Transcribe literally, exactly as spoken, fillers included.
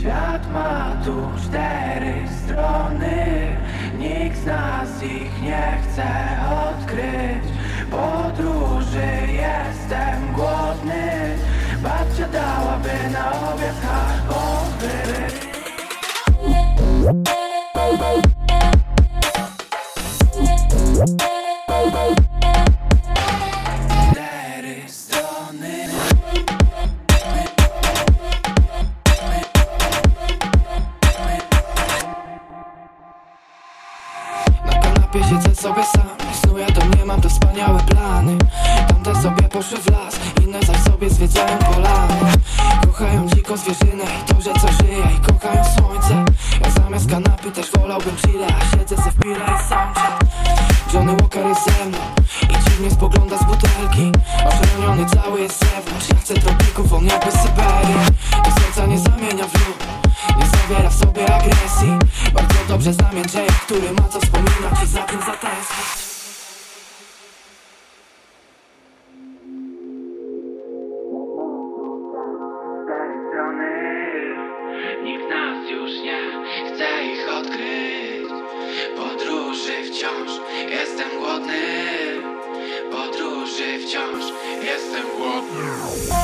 Świat ma tu cztery strony, nikt z nas ich nie chce odkryć. Podróży jestem głodny, babcia dałaby na obiad schabowy. Cztery strony. Na kanapie siedzę sobie sam i snuję, to nie mam to wspaniałe plany. Tamte sobie poszły w las, inne zaś sobie zwiedzają polany. Kochają dziko zwierzynę i to, że co żyje, i kochają słońce. Ja zamiast kanapy też wolałbym chwilę, a siedzę se w pile i sączę. Johnny Walker jest ze mną i dziwnie spogląda z butelki. Oszalony cały jest z zewnątrz, ja chcę tropików, on jakby z Syberii. Do serca nie zamienia w lód, nie zawiera w sobie agresji. Bardzo dobrze znam Jędrzeja, który ma co wspominać i za tym zatęsknić. Nikt nas już nie chce ich odkryć. Podróży wciąż jestem głodny. Podróży wciąż jestem głodny.